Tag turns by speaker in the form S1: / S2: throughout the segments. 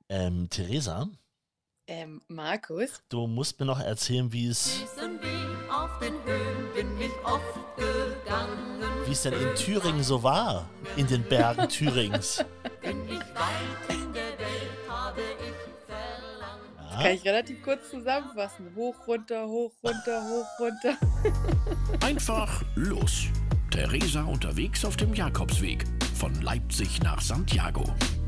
S1: Theresa,
S2: Markus?
S1: du musst mir noch erzählen,
S3: Diesen Weg auf den Höhen bin ich oft gegangen.
S1: wie es denn in Thüringen so war, in den Bergen Thürings.
S3: Bin ich weit in der Welt, habe ich verlangt.
S2: Das kann
S1: Ja?
S2: ich relativ kurz zusammenfassen. Hoch, runter, hoch, runter, hoch, runter.
S4: Einfach los. Theresa unterwegs auf dem Jakobsweg. Von Leipzig nach Santiago.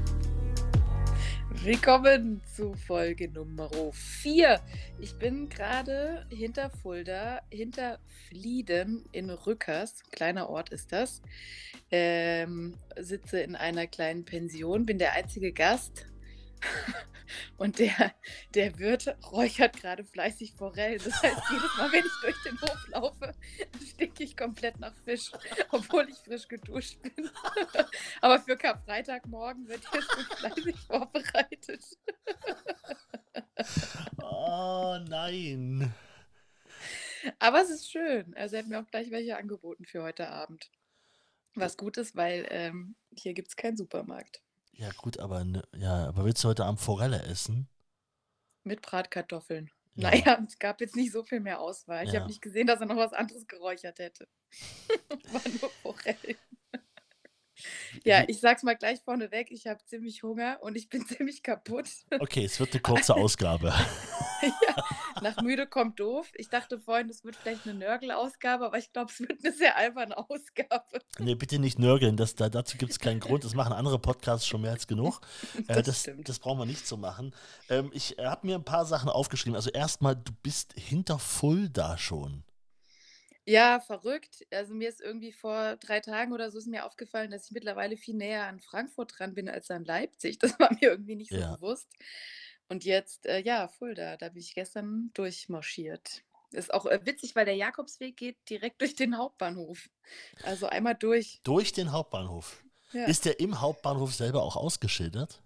S2: Willkommen zu Folge Nummer 4. Ich bin gerade hinter Fulda, hinter Flieden in Rückers, kleiner Ort ist das. Sitze in einer kleinen Pension, bin der einzige Gast. Und der Wirt räuchert gerade fleißig Forellen. Das heißt, jedes Mal, wenn ich durch den Hof laufe, stinke ich komplett nach Fisch, obwohl ich frisch geduscht bin. Aber für Karfreitagmorgen wird hier schon fleißig vorbereitet.
S1: Oh nein.
S2: Aber es ist schön. Also er hat mir auch gleich welche angeboten für heute Abend. Was gut ist, weil hier gibt es keinen Supermarkt.
S1: Ja gut, aber willst du heute Abend Forelle essen?
S2: Mit Bratkartoffeln.
S1: Ja.
S2: Naja, es gab jetzt nicht so viel mehr Auswahl. Ich
S1: Ja.
S2: habe nicht gesehen, dass er noch was anderes geräuchert hätte. War nur Forellen. Ja, ich sag's mal gleich vorneweg, ich habe ziemlich Hunger und ich bin ziemlich kaputt.
S1: Okay, es wird eine kurze Ausgabe.
S2: Ja, nach müde kommt doof. Ich dachte vorhin, es wird vielleicht eine Nörgel-Ausgabe, aber ich glaube, es wird eine sehr alberne Ausgabe.
S1: Nee, bitte nicht nörgeln, dazu gibt es keinen Grund. Das machen andere Podcasts schon mehr als genug.
S2: Das stimmt.
S1: Das brauchen wir nicht so machen. Ich habe mir ein paar Sachen aufgeschrieben. Also erstmal, du bist hinter Fulda schon.
S2: Ja, verrückt. Also mir ist irgendwie vor 3 Tagen oder so ist mir aufgefallen, dass ich mittlerweile viel näher an Frankfurt dran bin als an Leipzig. Das war mir irgendwie nicht so
S1: Ja.
S2: bewusst. Und jetzt, ja, Fulda, da bin ich gestern durchmarschiert. Ist auch witzig, weil der Jakobsweg geht direkt durch den Hauptbahnhof. Also einmal durch.
S1: Durch den Hauptbahnhof.
S2: Ja.
S1: Ist der im Hauptbahnhof selber auch ausgeschildert?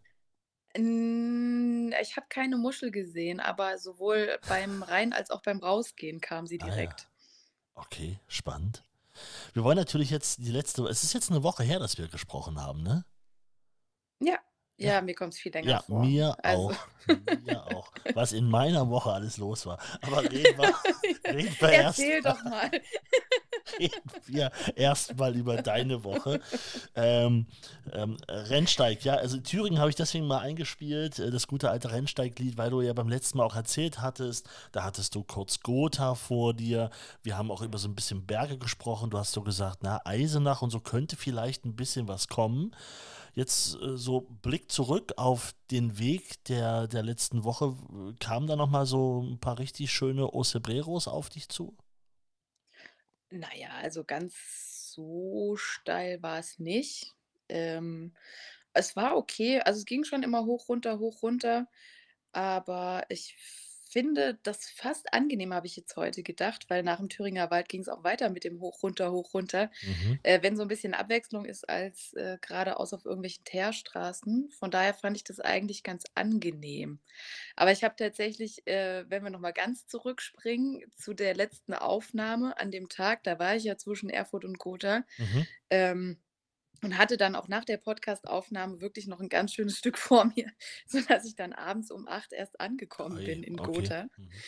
S2: Ich habe keine Muschel gesehen, aber sowohl beim Rein als auch beim Rausgehen kam sie
S1: Ah, ja.
S2: direkt.
S1: Okay, spannend. Wir wollen natürlich jetzt es ist jetzt eine Woche her, dass wir gesprochen haben, ne?
S2: Ja,
S1: Ja.
S2: ja, mir kommt es viel länger
S1: Ja,
S2: vor.
S1: mir
S2: Also,
S1: auch. Mir auch. Was in meiner Woche alles los war. Aber reden wir
S2: erzähl doch mal.
S1: erst mal über deine Woche. Rennsteig, ja, also Thüringen habe ich deswegen mal eingespielt, das gute alte Rennsteiglied, weil du ja beim letzten Mal auch erzählt hattest, da hattest du kurz Gotha vor dir, wir haben auch über so ein bisschen Berge gesprochen, du hast so gesagt, na, Eisenach und so könnte vielleicht ein bisschen was kommen. Jetzt so Blick zurück auf den Weg der letzten Woche, kamen da nochmal so ein paar richtig schöne Ocebreros auf dich zu?
S2: Naja, also ganz so steil war es nicht. Es war okay. Also es ging schon immer hoch, runter. Aber ich finde das fast angenehm, habe ich jetzt heute gedacht, weil nach dem Thüringer Wald ging es auch weiter mit dem hoch, runter.
S1: Mhm.
S2: Wenn so ein bisschen Abwechslung ist als geradeaus auf irgendwelchen Teerstraßen. Von daher fand ich das eigentlich ganz angenehm. Aber ich habe tatsächlich, wenn wir noch mal ganz zurückspringen zu der letzten Aufnahme an dem Tag, da war ich ja zwischen Erfurt und Gotha,
S1: Mhm.
S2: ähm, und hatte dann auch nach der Podcastaufnahme wirklich noch ein ganz schönes Stück vor mir, sodass ich dann abends um 8 erst angekommen
S1: Ui,
S2: bin in
S1: okay.
S2: Gotha.
S1: Mhm.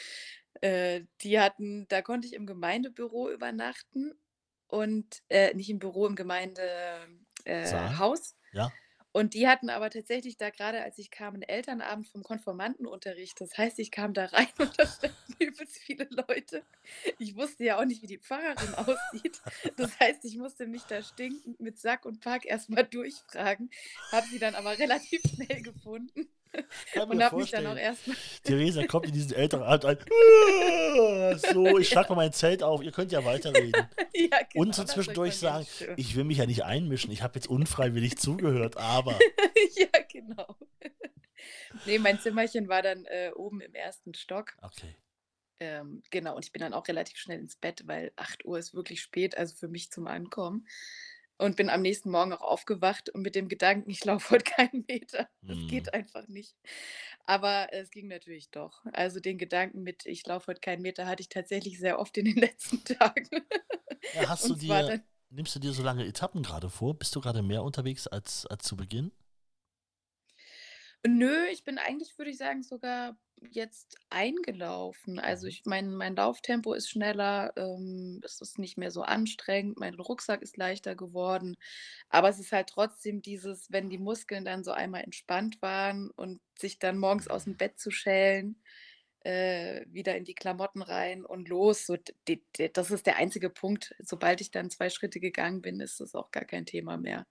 S2: Da konnte ich im Gemeindebüro übernachten und nicht im Büro, im Gemeindehaus. Haus.
S1: Ja.
S2: Und die hatten aber tatsächlich da gerade, als ich kam, 'n Elternabend vom Konfirmandenunterricht. Das heißt, ich kam da rein und da standen übelst viele Leute. Ich wusste ja auch nicht, wie die Pfarrerin aussieht. Das heißt, ich musste mich da stinkend mit Sack und Pack erst mal durchfragen, habe sie dann aber relativ schnell gefunden
S1: Kann
S2: und
S1: mir
S2: habe mich dann auch
S1: vorstellen.
S2: erst mal
S1: Theresa kommt in diesen Elternabend ein. So, ich schlag mal mein Zelt auf, ihr könnt ja weiterreden.
S2: ja, genau,
S1: Und so
S2: das
S1: zwischendurch
S2: sollte man
S1: sagen,
S2: nicht stören.
S1: ich will mich ja nicht einmischen, ich habe jetzt unfreiwillig zugehört, aber.
S2: Ja, genau. Ne, mein Zimmerchen war dann, oben im 1. Stock.
S1: Okay.
S2: Genau, und ich bin dann auch relativ schnell ins Bett, weil 8 Uhr ist wirklich spät, also für mich zum Ankommen. Und bin am nächsten Morgen auch aufgewacht und mit dem Gedanken, ich laufe heute keinen Meter. Das
S1: Hm.
S2: geht einfach nicht. Aber es ging natürlich doch. Also den Gedanken mit, ich laufe heute keinen Meter, hatte ich tatsächlich sehr oft in den letzten Tagen.
S1: Ja,
S2: Und zwar dann,
S1: nimmst du dir so lange Etappen gerade vor? Bist du gerade mehr unterwegs als zu Beginn?
S2: Nö, ich bin eigentlich, würde ich sagen, sogar jetzt eingelaufen. Also,
S1: Mhm.
S2: mein Lauftempo ist schneller, es ist nicht mehr so anstrengend, mein Rucksack ist leichter geworden. Aber es ist halt trotzdem dieses, wenn die Muskeln dann so einmal entspannt waren und sich dann morgens aus dem Bett zu schälen, wieder in die Klamotten rein und los. So, das ist der einzige Punkt. Sobald ich dann 2 Schritte gegangen bin, ist das auch gar kein Thema mehr.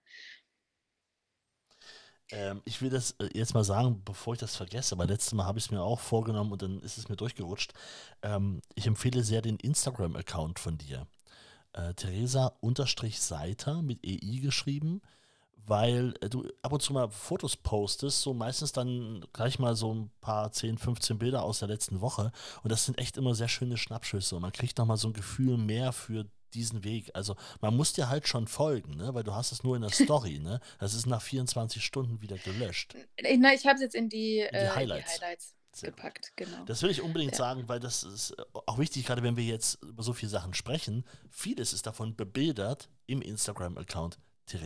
S1: Ich will das jetzt mal sagen, bevor ich das vergesse, aber letztes Mal habe ich es mir auch vorgenommen und dann ist es mir durchgerutscht. Ich empfehle sehr den Instagram-Account von dir. Theresa-Seiter mit EI geschrieben, weil du ab und zu mal Fotos postest, so meistens dann gleich mal so ein paar 10, 15 Bilder aus der letzten Woche. Und das sind echt immer sehr schöne Schnappschüsse. Und man kriegt nochmal so ein Gefühl mehr für diesen Weg. Also man muss dir halt schon folgen, ne? Weil du hast es nur in der Story, ne? Das ist nach 24 Stunden wieder gelöscht.
S2: Ich habe es jetzt in die
S1: In die
S2: in die
S1: Highlights.
S2: Highlights
S1: Sehr gut.
S2: gepackt, genau.
S1: Das will ich unbedingt
S2: Ja.
S1: sagen, weil das ist auch wichtig, gerade wenn wir jetzt über so viele Sachen sprechen. Vieles ist davon bebildert im Instagram-Account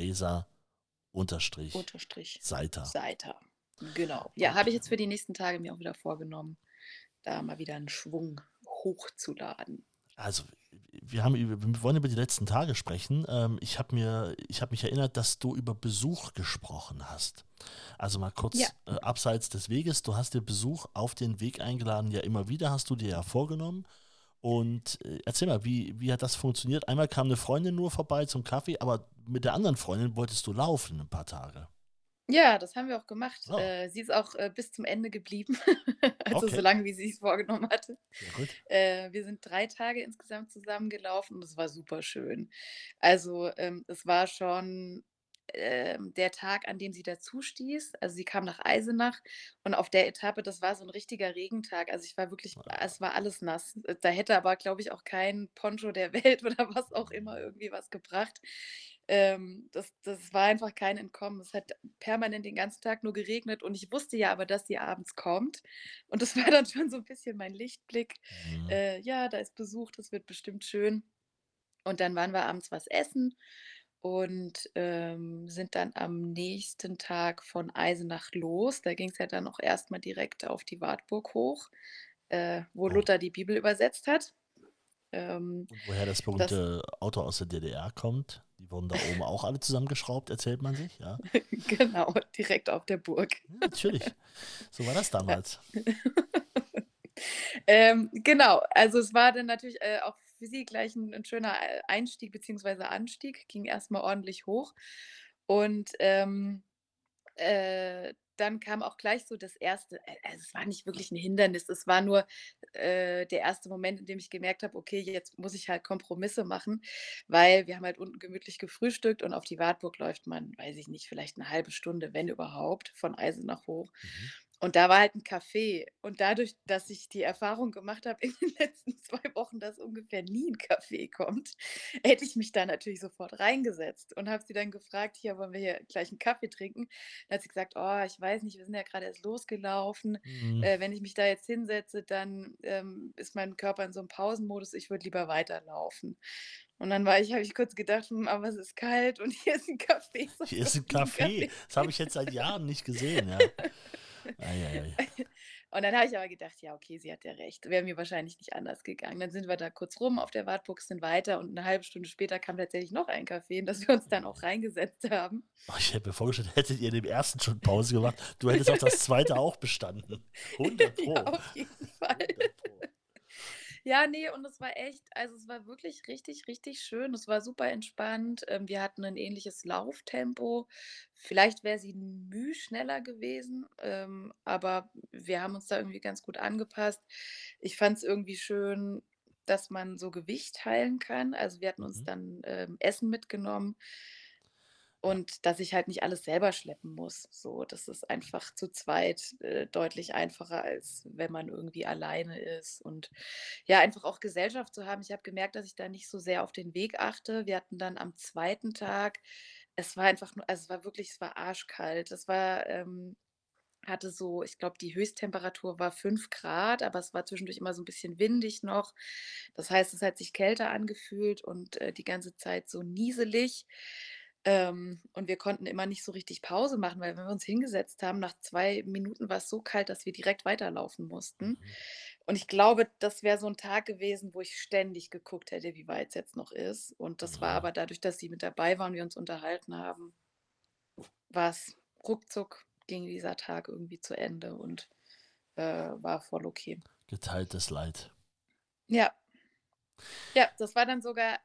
S2: Unterstrich
S1: Theresa-Seiter.
S2: Seiter. Genau. Ja, habe ich
S1: Okay.
S2: jetzt für die nächsten Tage mir auch wieder vorgenommen, da mal wieder einen Schwung hochzuladen.
S1: Also, wir wollen über die letzten Tage sprechen. Ich habe mich erinnert, dass du über Besuch gesprochen hast. Also mal
S2: Ja.
S1: kurz abseits des Weges. Du hast dir Besuch auf den Weg eingeladen, ja immer wieder, hast du dir ja vorgenommen. Und erzähl mal, wie hat das funktioniert? Einmal kam eine Freundin nur vorbei zum Kaffee, aber mit der anderen Freundin wolltest du laufen ein paar Tage.
S2: Ja, das haben wir auch gemacht.
S1: Oh,
S2: Sie ist auch, bis zum Ende geblieben, also so
S1: okay,
S2: lange, wie sie es vorgenommen hatte.
S1: sehr gut.
S2: Wir sind 3 Tage insgesamt zusammengelaufen und es war super schön. Also, es war schon, der Tag, an dem sie dazustieß. Also, sie kam nach Eisenach und auf der Etappe, das war so ein richtiger Regentag. Also, ich war wirklich, es war alles nass. Da hätte aber, glaube ich, auch kein Poncho der Welt oder was auch immer irgendwie was gebracht. Das war einfach kein Entkommen. Es hat permanent den ganzen Tag nur geregnet und ich wusste ja aber, dass sie abends kommt. Und das war dann schon so ein bisschen mein Lichtblick.
S1: Mhm.
S2: Ja, da ist Besuch, das wird bestimmt schön. Und dann waren wir abends was essen und, sind dann am nächsten Tag von Eisenach los. Da ging es ja dann auch erst mal direkt auf die Wartburg hoch, wo
S1: Oh.
S2: Luther die Bibel übersetzt hat. Ähm,
S1: Und woher das
S2: das
S1: berühmte Auto aus der DDR kommt, die wurden da oben auch alle zusammengeschraubt, erzählt man sich, ja.
S2: genau, direkt auf der Burg.
S1: Ja, natürlich. So war das
S2: Ja.
S1: damals.
S2: Genau, also es war dann natürlich, auch für sie gleich ein schöner Einstieg beziehungsweise Anstieg, ging erst mal ordentlich hoch und, dann kam auch gleich so das erste, also es war nicht wirklich ein Hindernis, es war nur, der erste Moment, in dem ich gemerkt habe: „Okay, jetzt muss ich halt Kompromisse machen“, weil wir haben halt unten gemütlich gefrühstückt und auf die Wartburg läuft man, weiß ich nicht, vielleicht eine halbe Stunde, wenn überhaupt, von Eisenach hoch.
S1: Mhm.
S2: Und da war halt 'n Café. Und dadurch, dass ich die Erfahrung gemacht habe in den letzten 2 Wochen, dass ungefähr nie 'n Kaffee kommt, hätte ich mich da natürlich sofort reingesetzt und habe sie dann gefragt: „Hier, wollen wir hier gleich 'n Kaffee trinken?“ Dann hat sie gesagt: „Oh, ich weiß nicht, wir sind ja grade erst losgelaufen.
S1: Mhm.
S2: Wenn ich mich da jetzt hinsetze, dann, ist mein Körper in so 'nem Pausenmodus. Ich würde lieber weiterlaufen.“ Und dann habe ich kurz gedacht: aber es ist kalt und hier ist 'n Café, soll ich
S1: Hier ist
S2: doch
S1: ein
S2: nicht 'n
S1: Café.
S2: Kaffee
S1: Das habe ich jetzt seit Jahren nicht gesehen, ja. Ei.
S2: Und dann habe ich aber gedacht: „Ja, okay, sie hat ja recht. Wäre mir wahrscheinlich nicht anders gegangen.“ Dann sind wir da kurz rum auf der Wartburg, sind weiter und 'ne halbe Stunde später kam tatsächlich noch ein Kaffee, in das wir uns dann auch reingesetzt haben.
S1: Oh, ich hätte mir vorgestellt, hättet ihr dem ersten schon Pause gemacht, du hättest auch das zweite auch bestanden. 100
S2: Ja,
S1: Pro.
S2: auf jeden Fall.
S1: 100 Pro.
S2: Ja, ne, und es war echt, also, es war wirklich richtig, richtig schön. Es war super entspannt. Wir hatten 'n ähnliches Lauftempo. Vielleicht wäre sie 'n Müh schneller gewesen, aber wir haben uns da irgendwie ganz gut angepasst. Ich fand's irgendwie schön, dass man so Gewicht teilen kann. Also, wir hatten uns
S1: Mhm.
S2: dann, Essen mitgenommen
S1: Ja.
S2: und dass ich halt nicht alles selber schleppen muss. So, das ist einfach zu zweit, deutlich einfacher, als wenn man irgendwie alleine ist. Und ja, einfach auch Gesellschaft zu haben. Ich habe gemerkt, dass ich da nicht so sehr auf den Weg achte. Wir hatten dann am zweiten Tag, es war einfach nur, also, es war wirklich, es war arschkalt. Es war, hatte so, ich glaube, die Höchsttemperatur war 5 Grad, aber es war zwischendurch immer so ein bisschen windig noch. Das heißt, es hat sich kälter angefühlt und, die ganze Zeit so nieselig. Und wir konnten immer nicht so richtig Pause machen, weil wenn wir uns hingesetzt haben, nach 2 Minuten war es so kalt, dass wir direkt weiterlaufen mussten.
S1: Mhm.
S2: Und ich glaube, das wäre so ein Tag gewesen, wo ich ständig geguckt hätte, wie weit es jetzt noch ist. Und das war
S1: Ja.
S2: aber dadurch, dass sie mit dabei waren, wir uns unterhalten haben, war's ruckzuck ging dieser Tag irgendwie zu Ende und, war voll okay.
S1: Geteiltes Leid.
S2: Ja. Ja, das war dann sogar,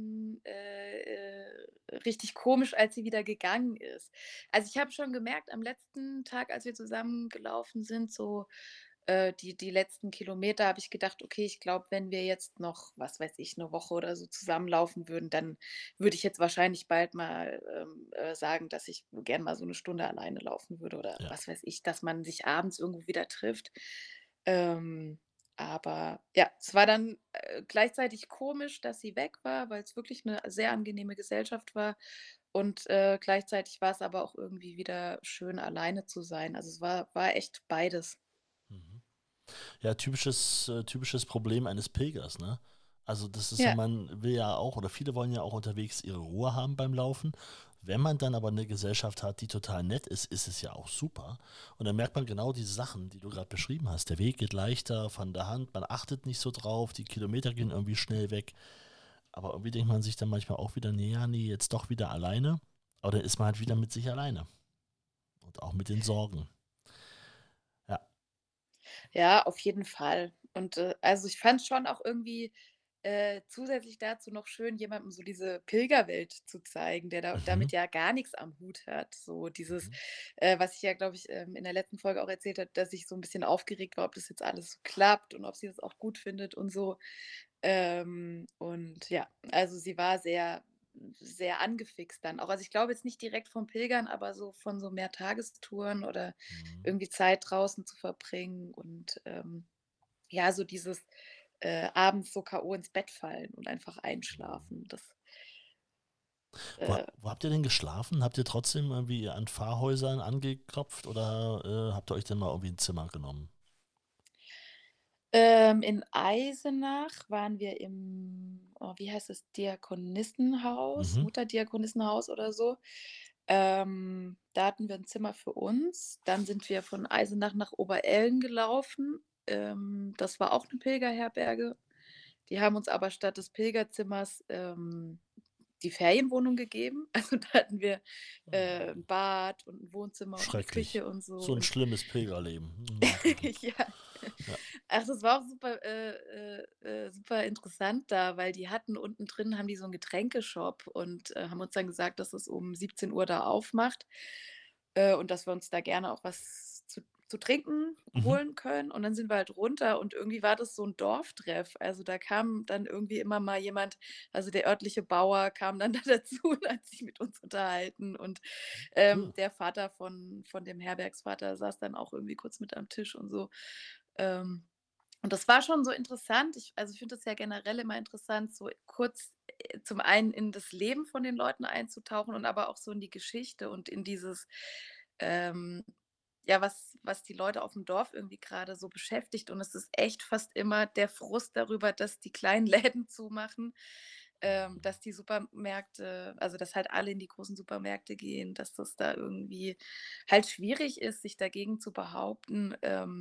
S2: richtig komisch, als sie wieder gegangen ist. Also, ich habe schon gemerkt am letzten Tag, als wir zusammen gelaufen sind, so, die letzten Kilometer habe ich gedacht: „Okay, ich glaube, wenn wir jetzt noch, was weiß ich, eine Woche oder so zusammenlaufen würden, dann würde ich jetzt wahrscheinlich bald mal, sagen, dass ich gern mal so eine Stunde alleine laufen würde oder
S1: Ja.
S2: was weiß ich, dass man sich abends irgendwo wieder trifft.“ Ähm aber ja, es war dann, gleichzeitig komisch, dass sie weg war, weil es wirklich eine sehr angenehme Gesellschaft war und, gleichzeitig war es aber auch irgendwie wieder schön, alleine zu sein. Also, es war echt beides.
S1: Mhm. Ja, typisches Problem eines Pilgers, ne? Also, das ist so,
S2: Ja,
S1: man will ja auch oder viele wollen ja auch unterwegs ihre Ruhe haben beim Laufen. Wenn man dann aber eine Gesellschaft hat, die total nett ist, ist es ja auch super. Und dann merkt man genau diese Sachen, die du gerade beschrieben hast. Der Weg geht leichter von der Hand, man achtet nicht so drauf, die Kilometer gehen irgendwie schnell weg. Aber irgendwie denkt man sich dann manchmal auch wieder: „Ne, ja, ne, jetzt doch wieder alleine.“ Aber dann ist man halt wieder mit sich alleine und auch mit den Sorgen. Ja.
S2: ja, auf jeden Fall. Und, also, ich fand schon auch irgendwie, zusätzlich dazu noch schön, jemandem so diese Pilgerwelt zu zeigen, der
S1: Mhm.
S2: damit ja gar nichts am Hut hat. So dieses,
S1: Mhm.
S2: was ich ja, glaube ich, in der letzten Folge auch erzählt habe, dass ich so ein bisschen aufgeregt war, ob das jetzt alles so klappt und ob sie das auch gut findet und so. Und ja, also sie war sehr sehr angefixt dann auch. Also, ich glaube jetzt nicht direkt vom Pilgern, aber so von so Mehrtagestouren oder
S1: Mhm.
S2: irgendwie Zeit draußen zu verbringen und, ja, so dieses, abends so K.O. ins Bett fallen und einfach
S1: Mhm.
S2: einschlafen. Das,
S1: Wo
S2: äh
S1: wo habt ihr denn geschlafen? Habt ihr trotzdem irgendwie an Pfarrhäusern angeklopft oder, habt ihr euch denn mal irgendwie ein Zimmer genommen?
S2: In Eisenach waren wir im, oh, wie heißt es, Diakonissenhaus,
S1: Mhm.
S2: Mutterdiakonissenhaus oder so. Da hatten wir 'n Zimmer für uns. Dann sind wir von Eisenach nach Oberellen gelaufen. Das war auch 'ne Pilgerherberge. Die haben uns aber statt des Pilgerzimmers, die Ferienwohnung gegeben. Also, da hatten wir,
S1: Hm.
S2: 'n Bad und 'n Wohnzimmer und 'ne
S1: Schrecklich.
S2: Küche und so
S1: So ein
S2: und
S1: schlimmes Pilgerleben. Mhm.
S2: ja.
S1: Ja.
S2: Ach, das war auch super, super interessant da, weil die hatten unten drin haben die so 'n Getränkeshop und, haben uns dann gesagt, dass es um 17 Uhr da aufmacht, und dass wir uns da gerne auch was zu trinken
S1: Mhm.
S2: holen können. Und dann sind wir halt runter und irgendwie war das so 'n Dorftreff. Also, da kam dann irgendwie immer mal jemand, also, der örtliche Bauer kam dann da dazu und hat sich mit uns unterhalten und,
S1: Cool.
S2: der Vater von dem Herbergsvater saß dann auch irgendwie kurz mit am Tisch und so. Ähm, und das war schon so interessant. Ich finde das ja generell immer interessant, so kurz, zum einen in das Leben von den Leuten einzutauchen und aber auch so in die Geschichte und in dieses, ähm, ja, was die Leute auf dem Dorf irgendwie gerade so beschäftigt. Und es ist echt fast immer der Frust darüber, dass die kleinen Läden zumachen,
S1: Mhm.
S2: dass die Supermärkte, also, dass halt alle in die großen Supermärkte gehen, dass das da irgendwie halt schwierig ist, sich dagegen zu behaupten,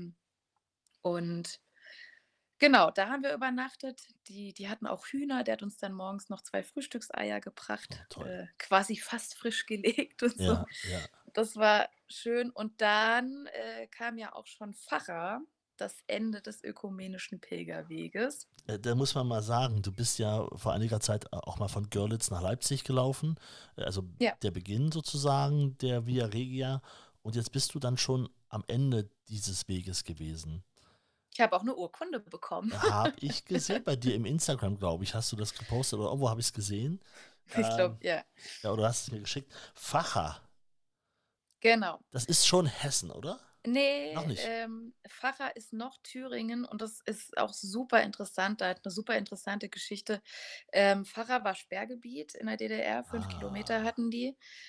S2: und genau, da haben wir übernachtet. Die hatten auch Hühner. Der hat uns dann morgens noch 2 Frühstückseier
S1: Oh,
S2: gebracht,
S1: toll.
S2: quasi fast frisch gelegt und so.
S1: Ja, ja.
S2: Das war schön. Und dann, kam ja auch schon Pfarrer, das Ende des ökumenischen Pilgerweges.
S1: Da muss man mal sagen, du bist ja vor einiger Zeit auch mal von Görlitz nach Leipzig gelaufen, also
S2: Ja,
S1: der Beginn sozusagen der Via Regia und jetzt bist du dann schon am Ende dieses Weges gewesen.
S2: ich habe auch 'ne Urkunde bekommen.
S1: Habe ich gesehen bei dir im Instagram, glaube ich, hast du das gepostet oder irgendwo habe ich es gesehen.
S2: Ich glaube,
S1: Ähm,
S2: ja,
S1: ja, oder hast es mir geschickt. Facher,
S2: genau.
S1: das ist schon Hessen, oder? Noch
S2: Ne,
S1: nicht?
S2: Pfarrer ist noch Thüringen und das ist auch super interessant. Da hat 'ne super interessante Geschichte. Pfarrer war Sperrgebiet in der DDR, 5 Kilometer
S1: Ah,
S2: hatten die.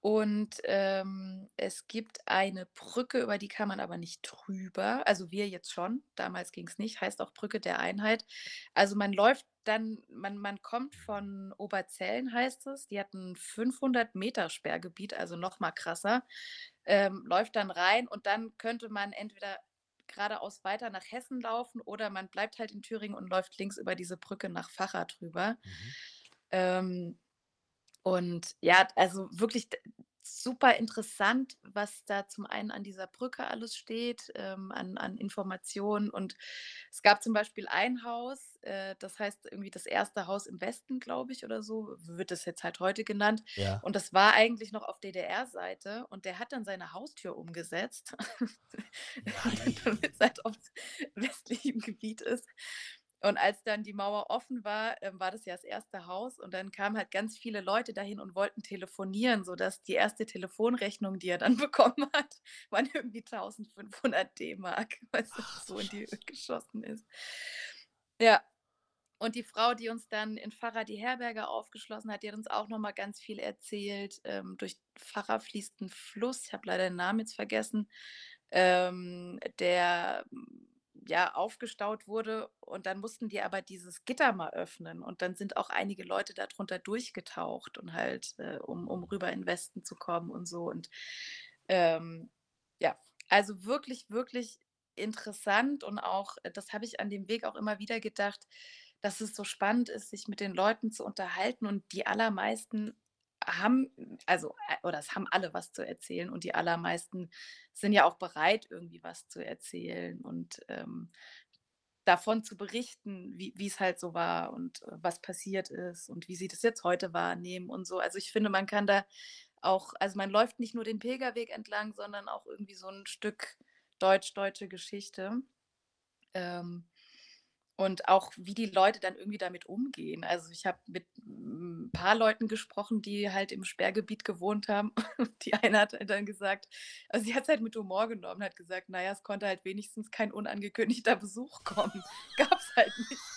S2: Und es gibt eine Brücke, über die kann man aber nicht drüber. Also wir jetzt schon, damals ging es nicht, heißt auch Brücke der Einheit. Also man läuft dann, man kommt von Oberzellen, heißt es. Die hatten 500 Meter Sperrgebiet, also noch mal krasser. Läuft dann rein und dann könnte man entweder geradeaus weiter nach Hessen laufen oder man bleibt halt in Thüringen und läuft links über diese Brücke nach Vacha drüber.
S1: Mhm.
S2: Ähm, und ja, also wirklich super interessant, was da zum einen an dieser Brücke alles steht, an Informationen. Und es gab zum Beispiel ein Haus, das heißt irgendwie das erste Haus im Westen, glaube ich, oder so, wird das jetzt halt heute genannt.
S1: Ja.
S2: Und das war eigentlich noch auf DDR-Seite und der hat dann seine Haustür umgesetzt,
S1: Nein.
S2: damit es halt auf westlichem Gebiet ist. Und als dann die Mauer offen war, war das ja das erste Haus und dann kamen halt ganz viele Leute dahin und wollten telefonieren, sodass die erste Telefonrechnung, die er dann bekommen hat, waren irgendwie 1.500 D-Mark, weil es
S1: Ach du
S2: so in die Höhe
S1: Scheiße.
S2: geschossen ist. Ja, und die Frau, die uns dann in Pfarrer die Herberge aufgeschlossen hat, die hat uns auch noch mal ganz viel erzählt. Durch Pfarrer fließt ein Fluss, ich habe leider den Namen jetzt vergessen, der ja aufgestaut wurde und dann mussten die aber dieses Gitter mal öffnen und dann sind auch einige Leute darunter durchgetaucht und halt, um rüber in den Westen zu kommen und so. Und ähm, ja, also wirklich, wirklich interessant und auch, das habe ich an dem Weg auch immer wieder gedacht, dass es so spannend ist, sich mit den Leuten zu unterhalten und die allermeisten haben, also, oder es haben alle was zu erzählen und die allermeisten sind ja auch bereit, irgendwie was zu erzählen und davon zu berichten, wie es halt so war und was passiert ist und wie sie das jetzt heute wahrnehmen und so. Also ich finde, man kann da auch, also man läuft nicht nur den Pilgerweg entlang, sondern auch irgendwie so ein Stück deutsche Geschichte. Ähm, und auch, wie die Leute dann irgendwie damit umgehen. Also, ich habe mit ein paar Leuten gesprochen, die halt im Sperrgebiet gewohnt haben. Und die eine hat halt dann gesagt, also, sie hat's halt mit Humor genommen, hat gesagt: „Na ja, es konnte halt wenigstens kein unangekündigter Besuch kommen.“ Gab's halt nicht.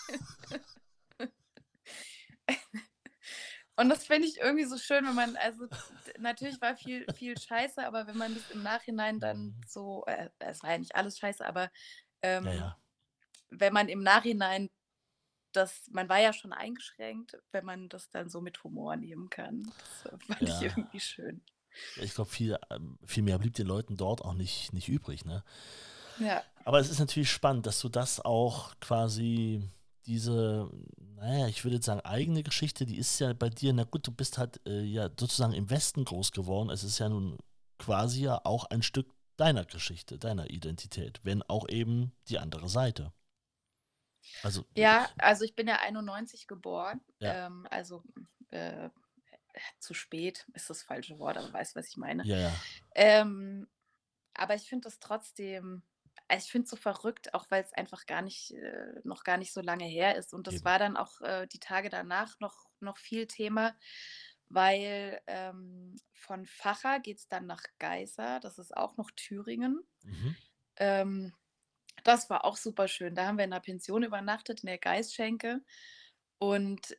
S2: Und das finde ich irgendwie so schön, wenn man, also, natürlich war viel Scheiße, aber wenn man das im Nachhinein dann
S1: Mhm.
S2: so, es war ja nicht alles scheiße, aber,
S1: Ja,
S2: ähm,
S1: ja.
S2: wenn man im Nachhinein das, man war ja schon eingeschränkt, wenn man das dann so mit Humor nehmen kann. Das, fand ich
S1: Ja.
S2: irgendwie schön.
S1: Ja, ich glaube, viel mehr blieb den Leuten dort auch nicht übrig, ne?
S2: Ja.
S1: Aber es ist natürlich spannend, dass du das auch quasi diese, naja, ich würde jetzt sagen, eigene Geschichte, die ist ja bei dir, na gut, du bist halt ja sozusagen im Westen groß geworden. Es ist ja nun quasi ja auch ein Stück deiner Geschichte, deiner Identität, wenn auch eben die andere Seite. Also,
S2: Ja, also ich bin ja 91 geboren,
S1: ja,
S2: also, äh, zu spät ist das falsche Wort, aber weißt, was ich meine.
S1: ja, ja,
S2: Ähm, aber ich finde das trotzdem, ich finde es so verrückt, auch weil es einfach noch gar nicht so lange her ist. Und das
S1: eben.
S2: war dann auch, die Tage danach noch viel Thema, weil, von Vacha geht es dann nach Geisa, das ist auch noch Thüringen.
S1: Mhm.
S2: Ähm, Das war auch super schön. Da haben wir in 'ner Pension übernachtet, in der Geißschenke und,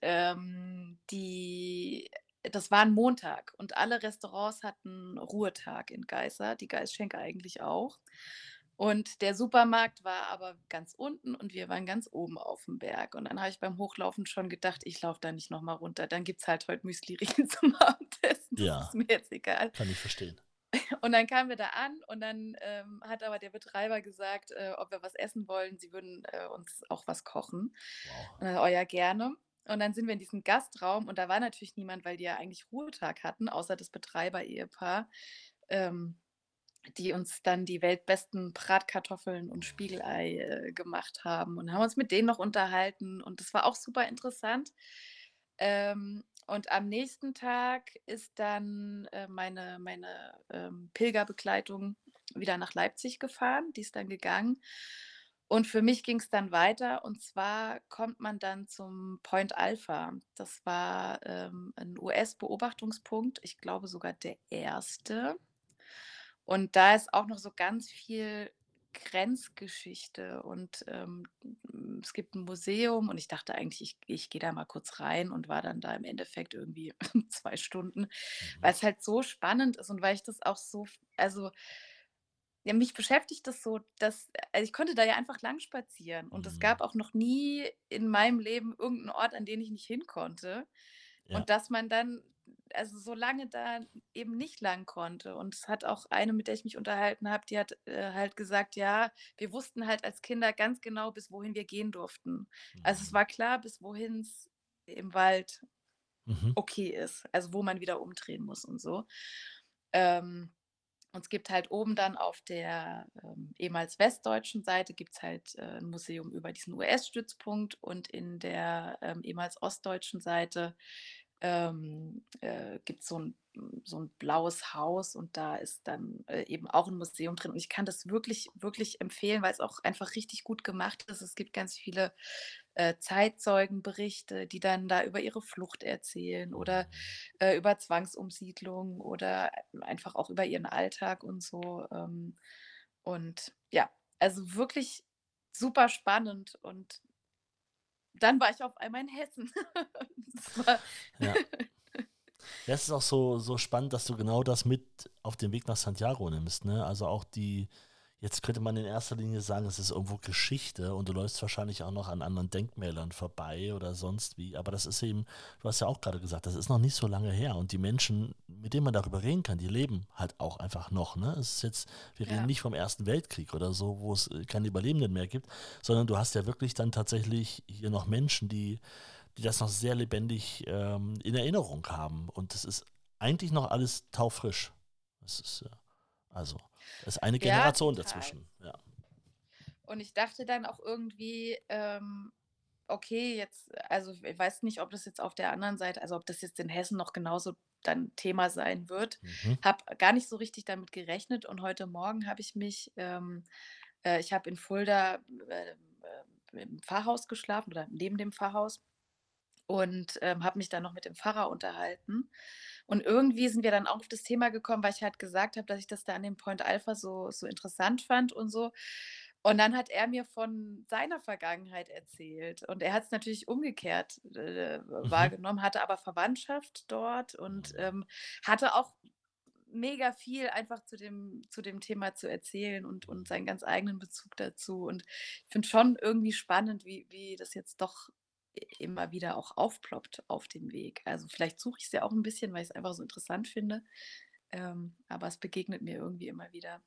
S2: das war 'n Montag und alle Restaurants hatten Ruhetag in Geisa, die Geißschenke eigentlich auch. Und der Supermarkt war aber ganz unten und wir waren ganz oben aufm Berg. Und dann habe ich beim Hochlaufen schon gedacht: „Ich laufe da nicht noch mal runter. Dann gibt's halt heute Müsli-Riegel zum Abendessen. Das ist
S1: Ja,
S2: mir jetzt egal.“
S1: kann ich verstehen.
S2: Und dann kamen wir da an und dann, hat aber der Betreiber gesagt, ob wir was essen wollen. Sie würden, uns auch was kochen.
S1: Wow.
S2: „Oh ja, gerne.“ Und dann sind wir in diesen Gastraum und da war natürlich niemand, weil die ja eigentlich Ruhetag hatten, außer das Betreiber-Ehepaar, ähm, die uns dann die weltbesten Bratkartoffeln und Spiegelei, gemacht haben und haben uns mit denen noch unterhalten und das war auch super interessant. Und am nächsten Tag ist dann, meine Pilgerbegleitung wieder nach Leipzig gefahren. Die ist dann gegangen. Und für mich ging es dann weiter. Und zwar kommt man dann zum Point Alpha. Das war, 'n US-Beobachtungspunkt, ich glaube sogar der erste. Und da ist auch noch so ganz viel Grenzgeschichte und, es gibt ein Museum und ich dachte eigentlich, ich gehe da mal kurz rein und war dann da im Endeffekt irgendwie 2 Stunden,
S1: Mhm.
S2: weil es halt so spannend ist und weil ich das auch so also, ja, mich beschäftigt das so, dass also, ich konnte da ja einfach lang spazieren und es
S1: Mhm.
S2: gab auch noch nie in meinem Leben irgendeinen Ort, an den ich nicht hin konnte.
S1: Ja.
S2: Und dass man dann also, so lange da eben nicht lang konnte. Und es hat auch eine, mit der ich mich unterhalten habe, die hat, halt gesagt: „Ja, wir wussten halt als Kinder ganz genau, bis wohin wir gehen durften.“ Also, es
S1: Mhm.
S2: war klar, bis wohin's im Wald
S1: Mhm.
S2: okay ist, also, wo man wieder umdrehen muss und so. Ähm, und es gibt halt oben dann auf der, ehemals westdeutschen Seite gibt's halt, 'n Museum über diesen US-Stützpunkt und in der, ehemals ostdeutschen Seite, gibt's so ein blaues Haus und da ist dann, eben auch ein Museum drin. Und ich kann das wirklich, wirklich empfehlen, weil es auch einfach richtig gut gemacht ist. Es gibt ganz viele, Zeitzeugenberichte, die dann da über ihre Flucht erzählen oder,
S1: Mhm.
S2: über Zwangsumsiedlung oder einfach auch über ihren Alltag und so. Und ja, also wirklich super spannend und dann war ich auf einmal in Hessen. Das war
S1: Ja. Ja, es ist auch so spannend, dass du genau das mit auf den Weg nach Santiago nimmst, ne? Also auch jetzt könnte man in erster Linie sagen, es ist irgendwo Geschichte und du läufst wahrscheinlich auch noch an anderen Denkmälern vorbei oder sonst wie. Aber das ist eben, du hast ja auch gerade gesagt, das ist noch nicht so lange her. Und die Menschen, mit denen man darüber reden kann, die leben halt auch einfach noch, ne? Es ist jetzt, wir reden
S2: ja.
S1: nicht vom Ersten Weltkrieg oder so, wo es keine Überlebenden mehr gibt, sondern du hast ja wirklich dann tatsächlich hier noch Menschen, die das noch sehr lebendig in Erinnerung haben. Und das ist eigentlich noch alles taufrisch. Das ist also, da ist eine
S2: Ja,
S1: Generation
S2: total.
S1: dazwischen. Ja.
S2: Und ich dachte dann auch irgendwie, okay, jetzt also, ich weiß nicht, ob das jetzt auf der anderen Seite also, ob das jetzt in Hessen noch genauso dann Thema sein wird.
S1: Mhm.
S2: Habe gar nicht so richtig damit gerechnet und heute Morgen habe ich habe in Fulda, im Pfarrhaus geschlafen oder neben dem Pfarrhaus und, habe mich dann noch mit dem Pfarrer unterhalten. Und irgendwie sind wir dann auch auf das Thema gekommen, weil ich halt gesagt habe, dass ich das da an dem Point Alpha so interessant fand und so. Und dann hat er mir von seiner Vergangenheit erzählt. Und er hat es natürlich umgekehrt,
S1: Mhm.
S2: wahrgenommen, hatte aber Verwandtschaft dort und,
S1: Mhm.
S2: hatte auch mega viel einfach zu dem Thema zu erzählen und
S1: Mhm.
S2: seinen ganz eigenen Bezug dazu. Und ich finde schon irgendwie spannend, wie das jetzt doch immer wieder auch aufploppt auf dem Weg. Also, vielleicht suche ich es ja auch ein bisschen, weil ich es einfach so interessant finde, aber es begegnet mir irgendwie immer wieder.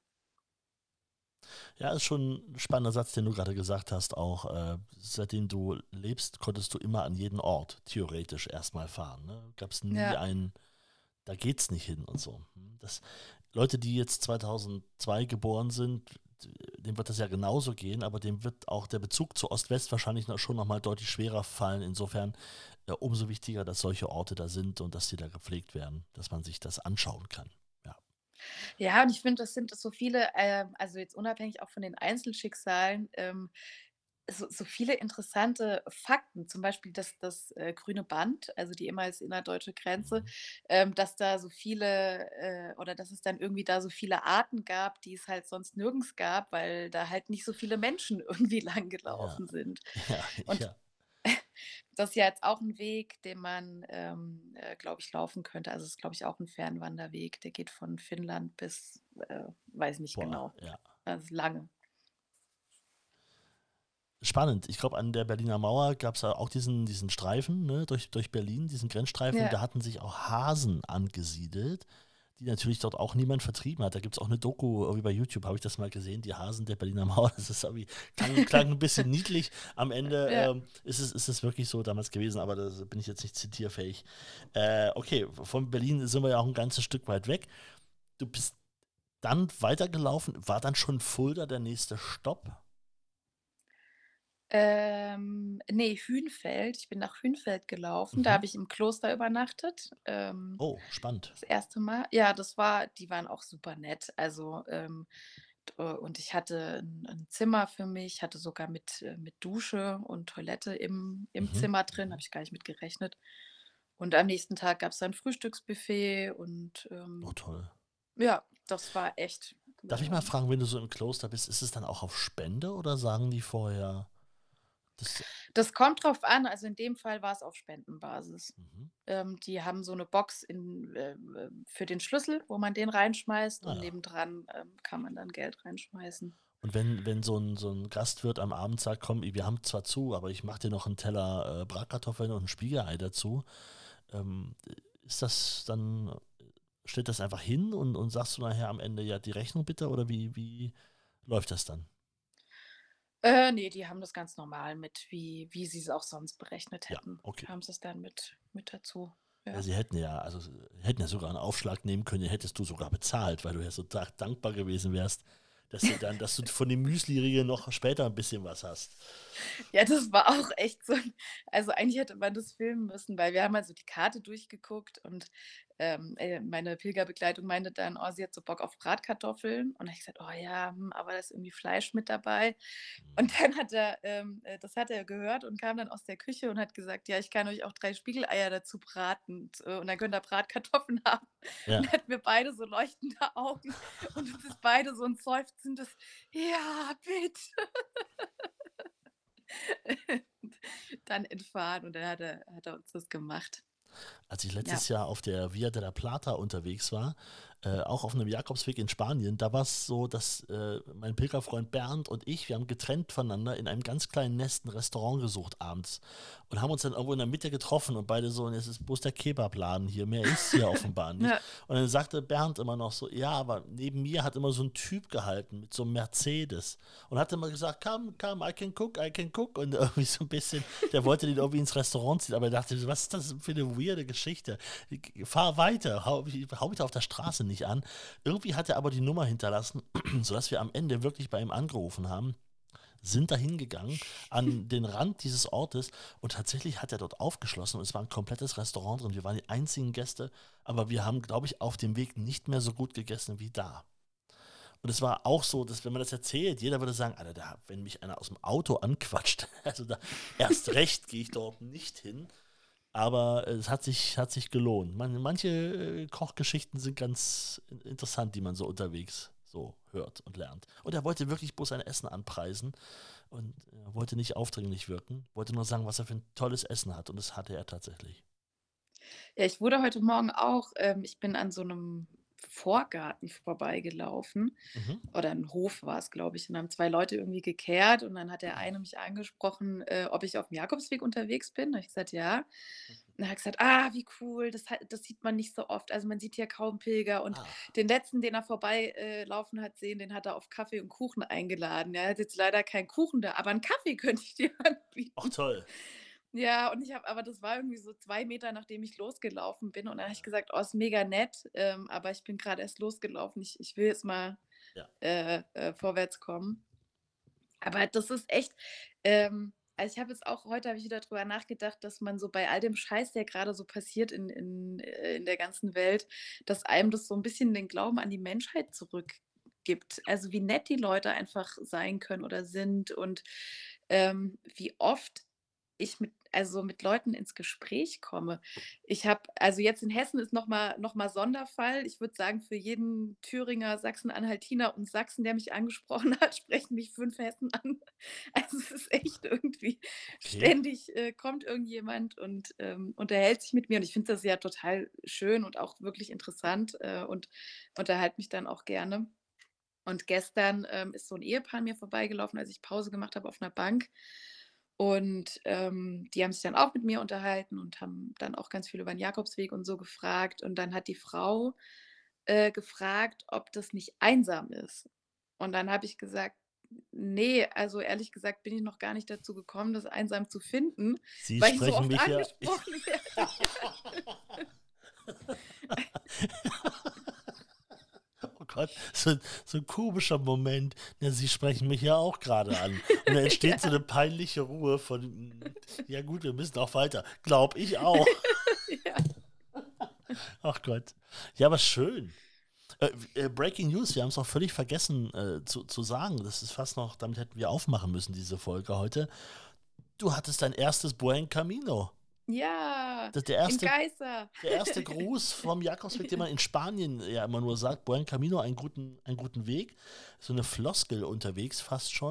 S1: Ja, ist schon ein spannender Satz, den du gerade gesagt hast. Auch seitdem du lebst, konntest du immer an jeden Ort theoretisch erstmal fahren. Ne? Gab es nie
S2: Ja.
S1: einen, da geht's nicht hin und so. Leute, die jetzt 2002 geboren sind, dem wird das ja genauso gehen, aber dem wird auch der Bezug zu Ost-West wahrscheinlich schon nochmal deutlich schwerer fallen. Insofern umso wichtiger, dass solche Orte da sind und dass sie da gepflegt werden, dass man sich das anschauen kann. Ja.
S2: Ja, und ich finde, das sind so viele, also jetzt unabhängig auch von den Einzelschicksalen, so viele interessante Fakten, zum Beispiel, dass das, Grüne Band, also die ehemals innerdeutsche Grenze,
S1: Mhm.
S2: dass da so viele oder dass es dann irgendwie da so viele Arten gab, die es halt sonst nirgends gab, weil da halt nicht so viele Menschen irgendwie lang
S1: Ja,
S2: gelaufen sind.
S1: ja,
S2: Und
S1: ja.
S2: das ist ja jetzt auch ein Weg, den man, glaube ich, laufen könnte. Also, es ist, glaube ich, auch ein Fernwanderweg, der geht von Finnland bis, weiß nicht
S1: Boah,
S2: genau.
S1: ja.
S2: Also, lange.
S1: Spannend. Ich glaube, an der Berliner Mauer gab es ja auch diesen Streifen, ne, durch Berlin, diesen Grenzstreifen. Und
S2: Ja.
S1: da hatten sich auch Hasen angesiedelt, die natürlich dort auch niemand vertrieben hat. Da gibt es auch eine Doku, irgendwie bei YouTube habe ich das mal gesehen, die Hasen der Berliner Mauer. Das ist irgendwie, klang ein bisschen niedlich. Am Ende
S2: Ja.
S1: ist es wirklich so damals gewesen, aber da bin ich jetzt nicht zitierfähig. Okay, von Berlin sind wir ja auch ein ganzes Stück weit weg. Du bist dann weitergelaufen. War dann schon Fulda der nächste Stopp?
S2: Ne, Hünfeld. Ich bin nach Hünfeld gelaufen. Da
S1: Mhm.
S2: habe ich im Kloster übernachtet,
S1: Oh, spannend.
S2: das erste Mal. Ja, die waren auch super nett. Also, und ich hatte ein Zimmer für mich, hatte sogar mit Dusche und Toilette im
S1: Mhm.
S2: Zimmer drin, habe
S1: Mhm.
S2: ich gar nicht mit gerechnet. Und am nächsten Tag gab's dann Frühstücksbuffet und,
S1: Oh, toll.
S2: ja, das war echt,
S1: Darf ich mal fragen, wenn du so im Kloster bist, ist es dann auch auf Spende oder sagen die vorher, Das,
S2: Das kommt drauf an. Also in dem Fall war es auf Spendenbasis.
S1: mhm.
S2: Die haben so eine Box für den Schlüssel, wo man den reinschmeißt und
S1: Naja.
S2: nebendran kann man dann Geld reinschmeißen.
S1: Und wenn so ein Gastwirt am Abend sagt, komm, wir haben zwar zu, aber ich mache dir noch einen Teller Bratkartoffeln und ein Spiegelei dazu, ähm, ist das dann, steht das einfach hin und sagst du nachher am Ende, ja, die Rechnung bitte oder wie läuft das dann?
S2: Nee, die haben das ganz normal mit, wie sie es auch sonst berechnet
S1: Ja,
S2: hätten.
S1: okay.
S2: Haben sie es dann mit dazu.
S1: Ja,
S2: Ja.
S1: sie hätten ja sogar einen Aufschlag nehmen können, den hättest du sogar bezahlt, weil du ja so dankbar gewesen wärst, dass du von dem Müsli-Riegel noch später ein bisschen was hast.
S2: Ja, das war auch echt so. Also eigentlich hätte man das filmen müssen, weil wir haben also die Karte durchgeguckt und meine Pilgerbegleitung meinte dann, oh, sie hat so Bock auf Bratkartoffeln. Und dann habe ich gesagt, oh ja, aber da ist irgendwie Fleisch mit dabei. Und dann das hat er gehört und kam dann aus der Küche und hat gesagt, ja, ich kann euch auch 3 Spiegeleier dazu braten und dann könnt ihr Bratkartoffeln haben.
S1: Ja.
S2: Und dann hatten wir beide so leuchtende Augen und es ist beide so ein seufzendes, ja, bitte. Dann entfahren und dann hat er uns das gemacht.
S1: Als ich letztes Jahr auf der Via de la Plata unterwegs war, auch auf einem Jakobsweg in Spanien, da war es so, dass mein Pilgerfreund Bernd und ich, wir haben getrennt voneinander in einem ganz kleinen Nest ein Restaurant gesucht abends und haben uns dann irgendwo in der Mitte getroffen und beide so, und jetzt ist bloß der Kebabladen hier, mehr ist hier offenbar nicht.
S2: Ja.
S1: Und dann sagte Bernd immer noch so, ja, aber neben mir hat immer so ein Typ gehalten mit so einem Mercedes und hat immer gesagt, come, I can cook und irgendwie so ein bisschen, der wollte den irgendwie ins Restaurant ziehen, aber er dachte, was ist das für eine weirde Geschichte? Fahr weiter, hau mich da auf der Straße nicht an. Irgendwie hat er aber die Nummer hinterlassen, sodass wir am Ende wirklich bei ihm angerufen haben, sind da hingegangen an den Rand dieses Ortes und tatsächlich hat er dort aufgeschlossen und es war ein komplettes Restaurant drin. Wir waren die einzigen Gäste, aber wir haben, glaube ich, auf dem Weg nicht mehr so gut gegessen wie da. Und es war auch so, dass wenn man das erzählt, jeder würde sagen, Alter, wenn mich einer aus dem Auto anquatscht, also da erst recht gehe ich dort nicht hin. Aber es hat sich gelohnt. Manche Kochgeschichten sind ganz interessant, die man so unterwegs so hört und lernt. Und er wollte wirklich bloß sein Essen anpreisen und wollte nicht aufdringlich wirken, wollte nur sagen, was er für ein tolles Essen hat. Und das hatte er tatsächlich.
S2: Ja, ich wurde heute Morgen auch, ich bin an so einem Vorgarten vorbeigelaufen
S1: Mhm.
S2: oder ein Hof war es, glaube ich. Und dann haben 2 Leute irgendwie gekehrt und dann hat der eine mich angesprochen, ob ich auf dem Jakobsweg unterwegs bin. Da habe ich gesagt, ja. Und dann hat er gesagt, ah, wie cool, das sieht man nicht so oft. Also man sieht hier kaum Pilger. Und
S1: Ah,
S2: den letzten, den er vorbeilaufen hat sehen, den hat er auf Kaffee und Kuchen eingeladen. Er hat jetzt leider keinen Kuchen da, aber einen Kaffee könnte ich dir anbieten.
S1: auch toll.
S2: Ja, und aber das war irgendwie so 2 Meter, nachdem ich losgelaufen bin. Und dann habe ich gesagt, oh, ist mega nett, aber ich bin gerade erst losgelaufen. Ich will jetzt mal
S1: Ja.
S2: vorwärts kommen. Aber das ist echt, also ich habe jetzt auch, heute habe ich wieder drüber nachgedacht, dass man so bei all dem Scheiß, der gerade so passiert in der ganzen Welt, dass einem das so ein bisschen den Glauben an die Menschheit zurückgibt. Also wie nett die Leute einfach sein können oder sind und wie oft ich mit Leuten ins Gespräch komme. Also jetzt in Hessen ist noch mal Sonderfall. Ich würde sagen, für jeden Thüringer, Sachsen-Anhaltiner und Sachsen, der mich angesprochen hat, sprechen mich 5 Hessen an. Also es ist echt irgendwie
S1: Okay.
S2: ständig kommt irgendjemand und unterhält sich mit mir. Und ich finde das ja total schön und auch wirklich interessant und unterhalte mich dann auch gerne. Und gestern ist so ein Ehepaar an mir vorbeigelaufen, als ich Pause gemacht habe auf einer Bank. Und die haben sich dann auch mit mir unterhalten und haben dann auch ganz viel über den Jakobsweg und so gefragt. Und dann hat die Frau gefragt, ob das nicht einsam ist. Und dann habe ich gesagt, nee, also ehrlich gesagt bin ich noch gar nicht dazu gekommen, das einsam zu finden,
S1: Sie
S2: weil ich so
S1: sprechen
S2: oft
S1: mich ja.
S2: angesprochen werde.
S1: Oh Gott, so ein komischer Moment. Ja, Sie sprechen mich ja auch gerade an. Und da entsteht so eine peinliche Ruhe von, ja gut, wir müssen auch weiter. Glaub ich auch.
S2: Ja.
S1: Ach Gott. Ja, aber schön. Breaking News, wir haben es auch völlig vergessen zu sagen. Das ist fast noch, damit hätten wir aufmachen müssen, diese Folge heute. Du hattest dein erstes Buen Camino.
S2: Ja,
S1: Das ist der
S2: in
S1: erste,
S2: Geisa.
S1: der erste Gruß vom Jakobsweg, den man in Spanien ja immer nur sagt. Buen Camino, einen guten Weg. So eine Floskel unterwegs fast schon.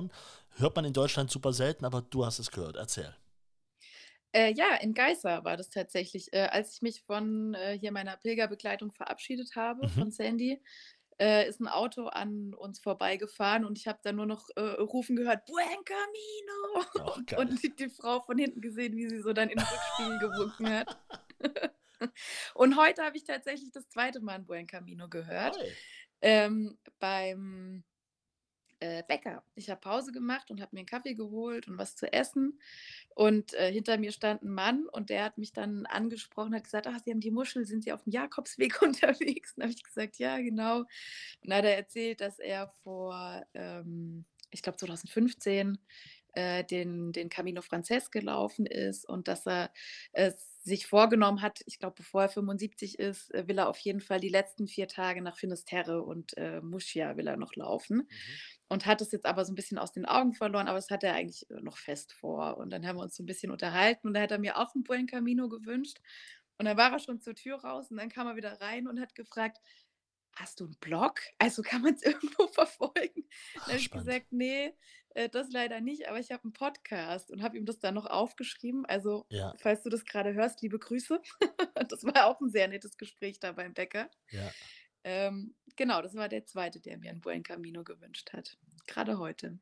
S1: Hört man in Deutschland super selten, aber du hast es gehört. Erzähl.
S2: Ja, in Geisa war das tatsächlich. Als ich mich von hier meiner Pilgerbegleitung verabschiedet habe,
S1: Mhm.
S2: von Sandy, ist ein Auto an uns vorbeigefahren und ich habe dann nur noch rufen gehört, Buen Camino!
S1: Auch geil.
S2: Und die Frau von hinten gesehen, wie sie so dann in den Rückspiegel gewunken hat. Und heute habe ich tatsächlich das zweite Mal ein Buen Camino gehört.
S1: Oi.
S2: Beim Bäcker. Ich habe Pause gemacht und habe mir einen Kaffee geholt und was zu essen. Und hinter mir stand ein Mann und der hat mich dann angesprochen, hat gesagt: „Ach, Sie haben die Muschel, sind Sie auf dem Jakobsweg unterwegs?“ Dann habe ich gesagt: „Ja, genau.“ Und dann hat er erzählt, dass er vor, ich glaube 2015, den Camino Frances gelaufen ist und dass er es sich vorgenommen hat, ich glaube, bevor er 75 ist, will er auf jeden Fall die letzten 4 Tage nach Finisterre und Muscia will er noch laufen
S1: Mhm.
S2: und hat es jetzt aber so ein bisschen aus den Augen verloren, aber das hat er eigentlich noch fest vor. Und dann haben wir uns so ein bisschen unterhalten und da hat er mir auch 'n Buen Camino gewünscht. Und dann war er schon zur Tür raus und dann kam er wieder rein und hat gefragt: „Hast du 'n Blog? Also, kann man's irgendwo verfolgen?“ Dann
S1: Ach,
S2: habe ich
S1: spannend.
S2: gesagt: „Ne, das leider nicht, aber ich habe 'n Podcast“ und habe ihm das dann noch aufgeschrieben. Also,
S1: Ja,
S2: falls du das grade hörst, liebe Grüße. Das war auch 'n sehr nettes Gespräch da beim Bäcker.
S1: ja.
S2: Genau, das war der Zweite, der mir 'n Buen Camino gewünscht hat. Grade heute.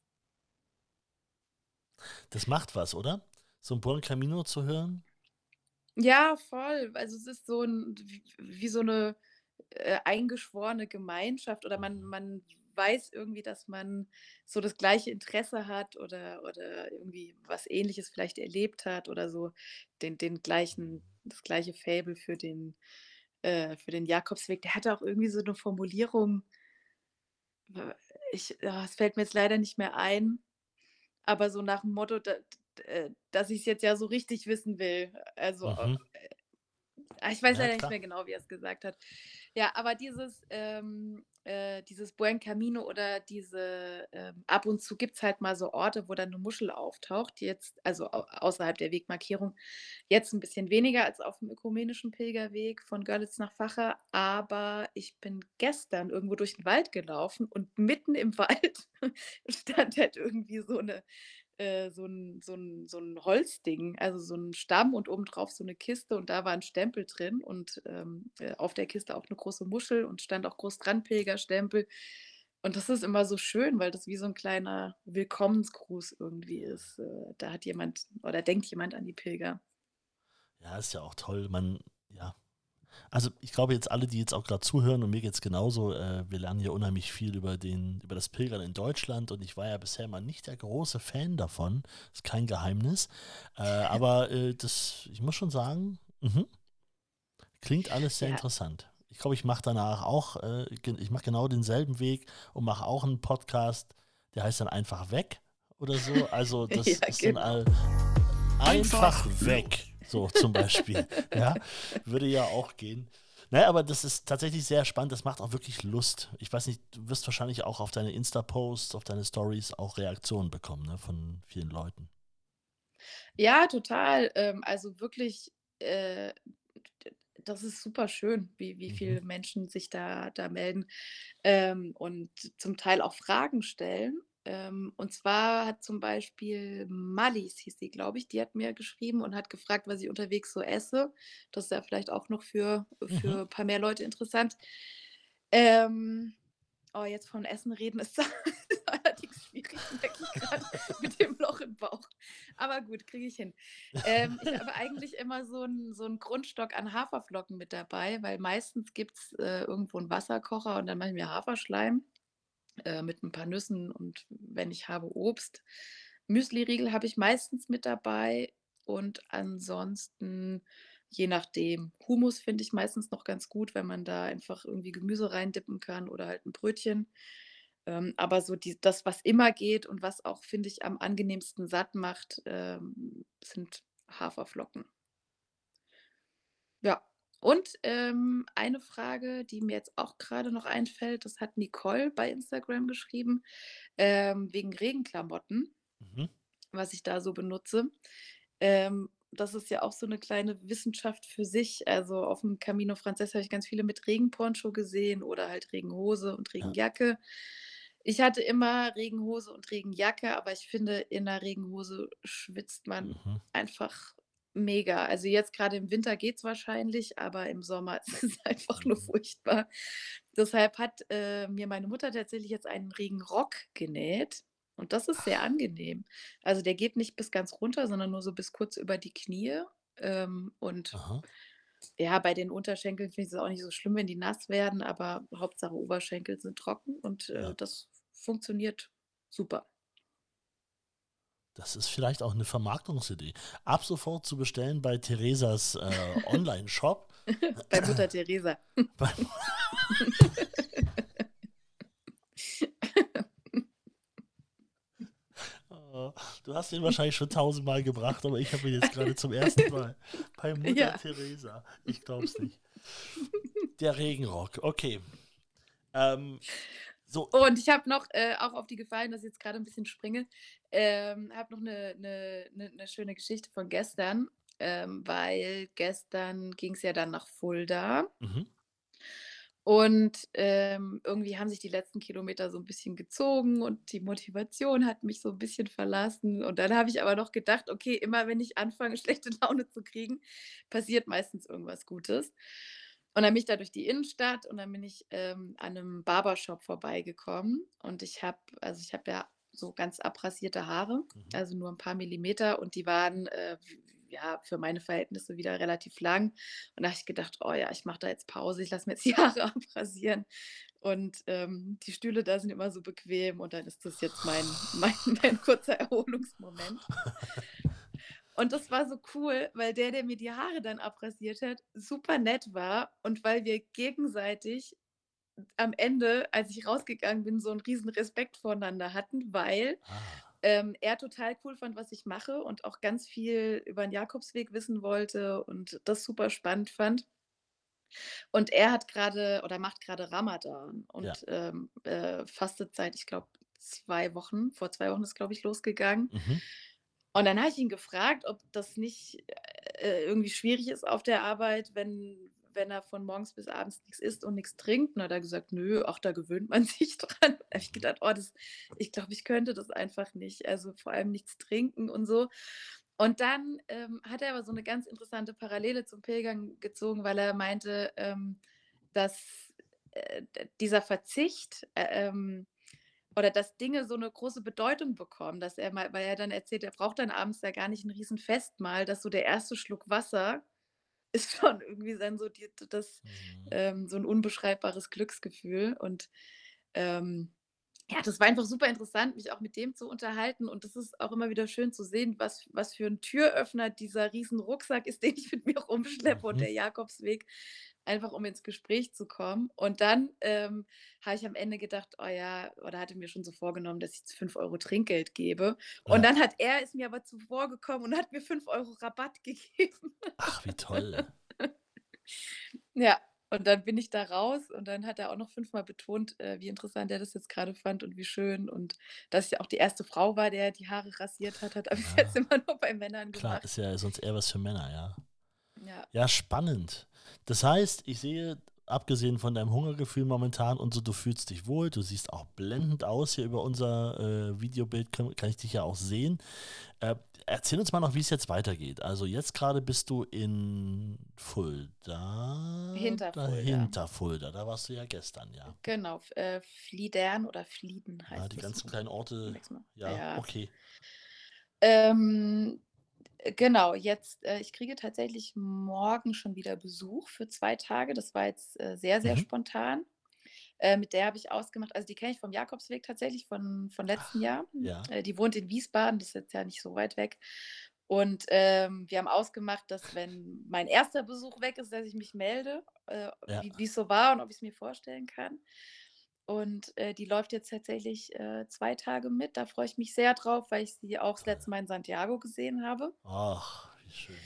S1: Das macht was, oder? So 'n Buen Camino zu hören?
S2: Ja, voll. Also, es ist so 'n wie so 'ne eingeschworene Gemeinschaft oder man
S1: Mhm.
S2: man weiß irgendwie, dass man so das gleiche Interesse hat oder irgendwie was Ähnliches vielleicht erlebt hat oder so den gleichen das gleiche Faible für den Jakobsweg. Der hatte auch irgendwie so 'ne Formulierung, es fällt mir jetzt leider nicht mehr ein, aber so nach dem Motto, dass ich's jetzt ja so richtig wissen will. Also,
S1: Mhm.
S2: ich weiß
S1: Ja,
S2: leider nicht
S1: klar.
S2: mehr genau, wie er's gesagt hat. Ja, aber dieses Buen Camino oder ab und zu gibt's halt mal so Orte, wo dann 'ne Muschel auftaucht, die jetzt also außerhalb der Wegmarkierung, jetzt 'n bisschen weniger als auf'm ökumenischen Pilgerweg von Görlitz nach Vacha, aber ich bin gestern irgendwo durch 'n Wald gelaufen und mitten im Wald stand halt irgendwie so 'n Holzding, also so 'n Stamm und obendrauf so 'ne Kiste und da war 'n Stempel drin und auf der Kiste auch 'ne große Muschel und stand auch groß dran Pilgerstempel. Und das ist immer so schön, weil das wie so 'n kleiner Willkommensgruß irgendwie ist. Da hat jemand oder denkt jemand an die Pilger.
S1: Ja, ist ja auch toll. Ja. Also, ich glaube jetzt alle, die jetzt auch gerade zuhören und mir geht's genauso, wir lernen hier unheimlich viel über das Pilgern in Deutschland und ich war ja bisher mal nicht der große Fan davon, ist kein Geheimnis. Aber, ich muss schon sagen, klingt alles sehr
S2: Ja,
S1: interessant. Ich glaube, ich mache danach auch, ich mache genau denselben Weg und mache auch einen Podcast, der heißt dann „Einfach weg“ oder so. Also, das
S2: ja,
S1: ist dann
S2: genau.
S1: „Einfach
S4: Einfach
S1: weg“,
S4: los.
S1: so zum Beispiel, ja, würde ja auch gehen. Na ja, aber das ist tatsächlich sehr spannend, das macht auch wirklich Lust. Ich weiß nicht, du wirst wahrscheinlich auch auf deine Insta-Posts, auf deine Stories auch Reaktionen bekommen, ne, von vielen Leuten.
S2: Ja, total. Also wirklich, d das ist super schön, wie
S1: Mhm,
S2: viele Menschen sich da melden, und zum Teil auch Fragen stellen. Und zwar hat zum Beispiel Mallis, hieß sie, glaube ich, die hat mir geschrieben und hat gefragt, was ich unterwegs so esse. Das ist ja vielleicht auch noch
S1: mhm.
S2: für ein paar mehr Leute interessant. Ähm Oh, jetzt von Essen reden ist ist allerdings schwierig, merke ich gerade mit dem Loch im Bauch. Aber gut, kriege ich hin. Ich habe eigentlich immer so 'n Grundstock an Haferflocken mit dabei, weil meistens gibt's irgendwo 'n Wasserkocher und dann mache ich mir Haferschleim, mit 'n paar Nüssen und wenn ich habe, Obst. Müsliriegel habe ich meistens mit dabei und ansonsten, je nachdem. Hummus finde ich meistens noch ganz gut, wenn man da einfach irgendwie Gemüse reindippen kann oder halt 'n Brötchen. Aber so das, was immer geht und was auch, finde ich, am angenehmsten satt macht, sind Haferflocken. Ja. Und, eine Frage, die mir jetzt auch grade noch einfällt, das hat Nicole bei Instagram geschrieben, wegen Regenklamotten,
S1: Mhm.
S2: was ich da so benutze. Das ist ja auch so 'ne kleine Wissenschaft für sich. Also, auf'm Camino Frances habe ich ganz viele mit Regenponcho gesehen oder halt Regenhose und
S1: Ja.
S2: Regenjacke. Ich hatte immer Regenhose und Regenjacke, aber ich finde, in der Regenhose schwitzt man
S1: Mhm.
S2: einfach mega. Also jetzt gerade im Winter geht's wahrscheinlich, aber im Sommer ist es einfach nur
S1: Mhm.
S2: furchtbar. Deshalb hat, mir meine Mutter tatsächlich jetzt einen Regenrock genäht und das ist sehr angenehm. Also der geht nicht bis ganz runter, sondern nur so bis kurz über die Knie. Und
S1: Aha.
S2: ja, bei den Unterschenkeln finde ich es auch nicht so schlimm, wenn die nass werden, aber Hauptsache Oberschenkel sind trocken und,
S1: Ja.
S2: das funktioniert super.
S1: Das ist vielleicht auch eine Vermarktungsidee. Ab sofort zu bestellen bei Theresas, Onlineshop.
S2: Bei Mutter Teresa.
S1: Beim Du hast ihn wahrscheinlich schon tausendmal gebracht, aber ich habe ihn jetzt gerade zum ersten Mal. Bei Mutter
S2: Ja.
S1: Teresa. Ich glaub's nicht. Der Regenrock, okay. So,
S2: Und ich habe noch, auch auf die Gefallen, dass ich jetzt gerade ein bisschen springe, habe noch eine schöne Geschichte von gestern, weil gestern ging es ja dann nach Fulda
S1: mhm.
S2: und, irgendwie haben sich die letzten Kilometer so ein bisschen gezogen und die Motivation hat mich so ein bisschen verlassen. Und dann habe ich aber noch gedacht: „Okay, immer wenn ich anfange, schlechte Laune zu kriegen, passiert meistens irgendwas Gutes.“ Und dann bin ich da durch die Innenstadt und dann bin ich, an einem Barbershop vorbeigekommen und ich habe ja so ganz abrasierte Haare,
S1: Mhm.
S2: also nur ein paar Millimeter und die waren, ja, für meine Verhältnisse wieder relativ lang. Und da habe ich gedacht: „Oh ja, ich mache da jetzt Pause, ich lasse mir jetzt die Haare abrasieren.“ Und, die Stühle da sind immer so bequem und dann ist das jetzt mein kurzer Erholungsmoment. Und das war so cool, weil der mir die Haare dann abrasiert hat, super nett war und weil wir gegenseitig am Ende, als ich rausgegangen bin, so 'n riesen Respekt voreinander hatten, weil,
S1: Ah,
S2: er total cool fand, was ich mache und auch ganz viel über 'n Jakobsweg wissen wollte und das super spannend fand. Und er hat grade oder macht grade Ramadan
S1: ja.
S2: und, fastet seit, ich glaube, 2 Wochen. Vor 2 Wochen ist, glaube ich, losgegangen.
S1: Mhm.
S2: Und dann habe ich ihn gefragt, ob das nicht, irgendwie schwierig ist auf der Arbeit, wenn er von morgens bis abends nichts isst und nichts trinkt. Und dann hat er gesagt: „Nö, ach, da gewöhnt man sich dran.“ Da habe ich
S1: Mhm.
S2: gedacht: „Oh, das ich glaube, ich könnte das einfach nicht.“ Also, vor allem nichts trinken und so. Und dann, hat er aber so eine ganz interessante Parallele zum Pilgern gezogen, weil er meinte, dass, dieser Verzicht, oder dass Dinge so eine große Bedeutung bekommen, dass er mal weil er dann erzählt, er braucht dann abends ja gar nicht 'n Riesenfestmahl, dass so der erste Schluck Wasser ist schon irgendwie dann so
S1: Mhm.
S2: so 'n unbeschreibbares Glücksgefühl und, ja, das war einfach super interessant, mich auch mit dem zu unterhalten und das ist auch immer wieder schön zu sehen, was für 'n Türöffner dieser Riesenrucksack ist, den ich mit mir rumschleppe und
S1: Mhm.
S2: der Jakobsweg, einfach um ins Gespräch zu kommen. Und dann, habe ich am Ende gedacht: „Oh ja“ oder hatte mir schon so vorgenommen, dass ich jetzt 5 € Trinkgeld gebe. Und
S1: Ja.
S2: dann ist mir aber zuvorgekommen und hat mir 5 € Rabatt gegeben.
S1: Ach, wie toll.
S2: Ja, und dann bin ich da raus und dann hat er auch noch fünfmal betont, wie interessant er das jetzt gerade fand und wie schön und dass ich auch die erste Frau war, der er die Haare rasiert hat, hat er bis jetzt
S1: Ja,
S2: immer nur bei Männern
S1: klar,
S2: gemacht.
S1: ist ja sonst eher was für Männer, ja.
S2: Ja.
S1: Ja, spannend. Das heißt, ich sehe, abgesehen von deinem Hungergefühl momentan und so, du fühlst dich wohl, du siehst auch blendend aus hier über unser Videobild, kann ich dich ja auch sehen. Äh, Erzähl uns mal noch, wie es jetzt weitergeht. Also jetzt gerade bist du in Fulda,
S2: Hinter Fulda.
S1: dahinter Fulda, da warst du ja gestern, ja.
S2: Genau, Fliedern oder Flieden
S1: Ja,
S2: heißt
S1: die
S2: es.
S1: ganzen kleinen Orte,
S2: Nächstes Mal.
S1: ja,
S2: Ja.
S1: okay.
S2: Ähm, genau, jetzt ich kriege tatsächlich morgen schon wieder Besuch für 2 Tage. Das war jetzt, sehr, sehr
S1: Mhm.
S2: spontan. Mit der habe ich ausgemacht also, die kenne ich vom Jakobsweg tatsächlich von letzten
S1: Ach,
S2: Jahr.
S1: ja,
S2: Die wohnt in Wiesbaden, das ist jetzt ja nicht so weit weg. Und, wir haben ausgemacht, dass, wenn mein erster Besuch weg ist, dass ich mich melde,
S1: ja.
S2: wie's so war und ob ich's mir vorstellen kann. Und, die läuft jetzt tatsächlich, 2 Tage mit. Da freue ich mich sehr drauf, weil ich sie auch das
S1: Toll.
S2: letzte Mal in Santiago gesehen habe.
S1: Ach, wie schön.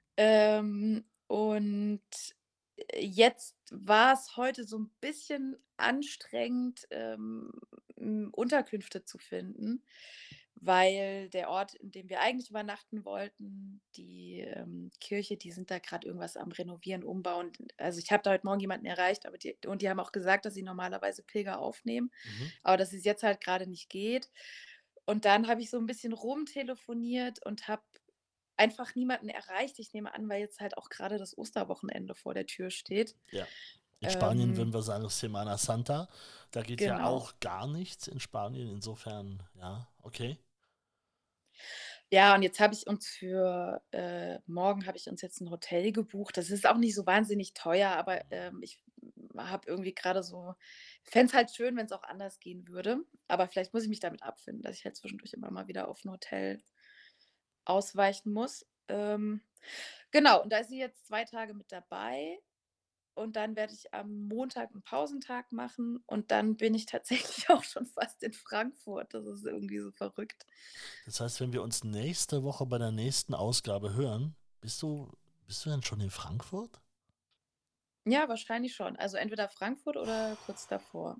S2: Und, jetzt war es heute so ein bisschen anstrengend, Unterkünfte zu finden, weil der Ort, in dem wir eigentlich übernachten wollten, die Kirche, die sind da gerade irgendwas am Renovieren, Umbauen. Also ich habe da heute Morgen jemanden erreicht, aber die haben auch gesagt, dass sie normalerweise Pilger aufnehmen,
S1: Mhm.
S2: aber dass es jetzt halt gerade nicht geht. Und dann habe ich so ein bisschen rumtelefoniert und habe einfach niemanden erreicht. Ich nehme an, weil jetzt halt auch gerade das Osterwochenende vor der Tür steht.
S1: Ja. In Spanien würden
S2: Ähm,
S1: wir sagen Semana Santa. Da geht ja
S2: genau.
S1: auch gar nichts in Spanien. Insofern, ja, okay.
S2: Ja, und jetzt habe ich uns für morgen habe ich uns jetzt ein Hotel gebucht. Das ist auch nicht so wahnsinnig teuer, aber ich habe irgendwie gerade so, fände es halt schön, wenn es auch anders gehen würde. Aber vielleicht muss ich mich damit abfinden, dass ich halt zwischendurch immer mal wieder auf ein Hotel ausweichen muss. Genau, und da ist sie jetzt 2 Tage mit dabei. Und dann werde ich am Montag einen Pausentag machen und dann bin ich tatsächlich auch schon fast in Frankfurt. Das ist irgendwie so verrückt.
S1: Das heißt, wenn wir uns nächste Woche bei der nächsten Ausgabe hören, bist du denn schon in Frankfurt?
S2: Ja, wahrscheinlich schon. Also entweder Frankfurt oder kurz davor.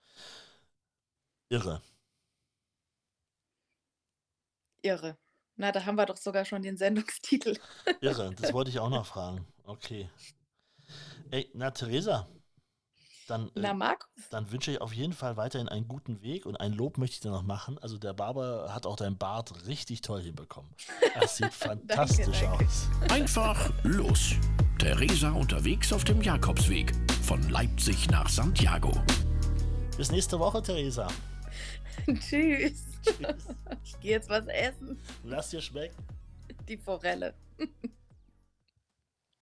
S1: Irre.
S2: Irre. Na, da haben wir doch sogar schon den Sendungstitel.
S1: Irre, das wollte ich auch noch fragen. Okay. Ey, na Theresa, dann,
S2: Na, Markus?
S1: dann wünsche ich auf jeden Fall weiterhin einen guten Weg und ein Lob möchte ich dir noch machen. Also der Barber hat auch dein Bart richtig toll hinbekommen. Das sieht fantastisch
S2: danke.
S1: aus.
S4: Einfach los. Theresa unterwegs auf dem Jakobsweg von Leipzig nach Santiago.
S1: Bis nächste Woche, Theresa.
S2: Tschüss.
S1: Tschüss.
S2: Ich gehe jetzt was essen.
S1: Lass dir schmecken.
S2: Die Forelle.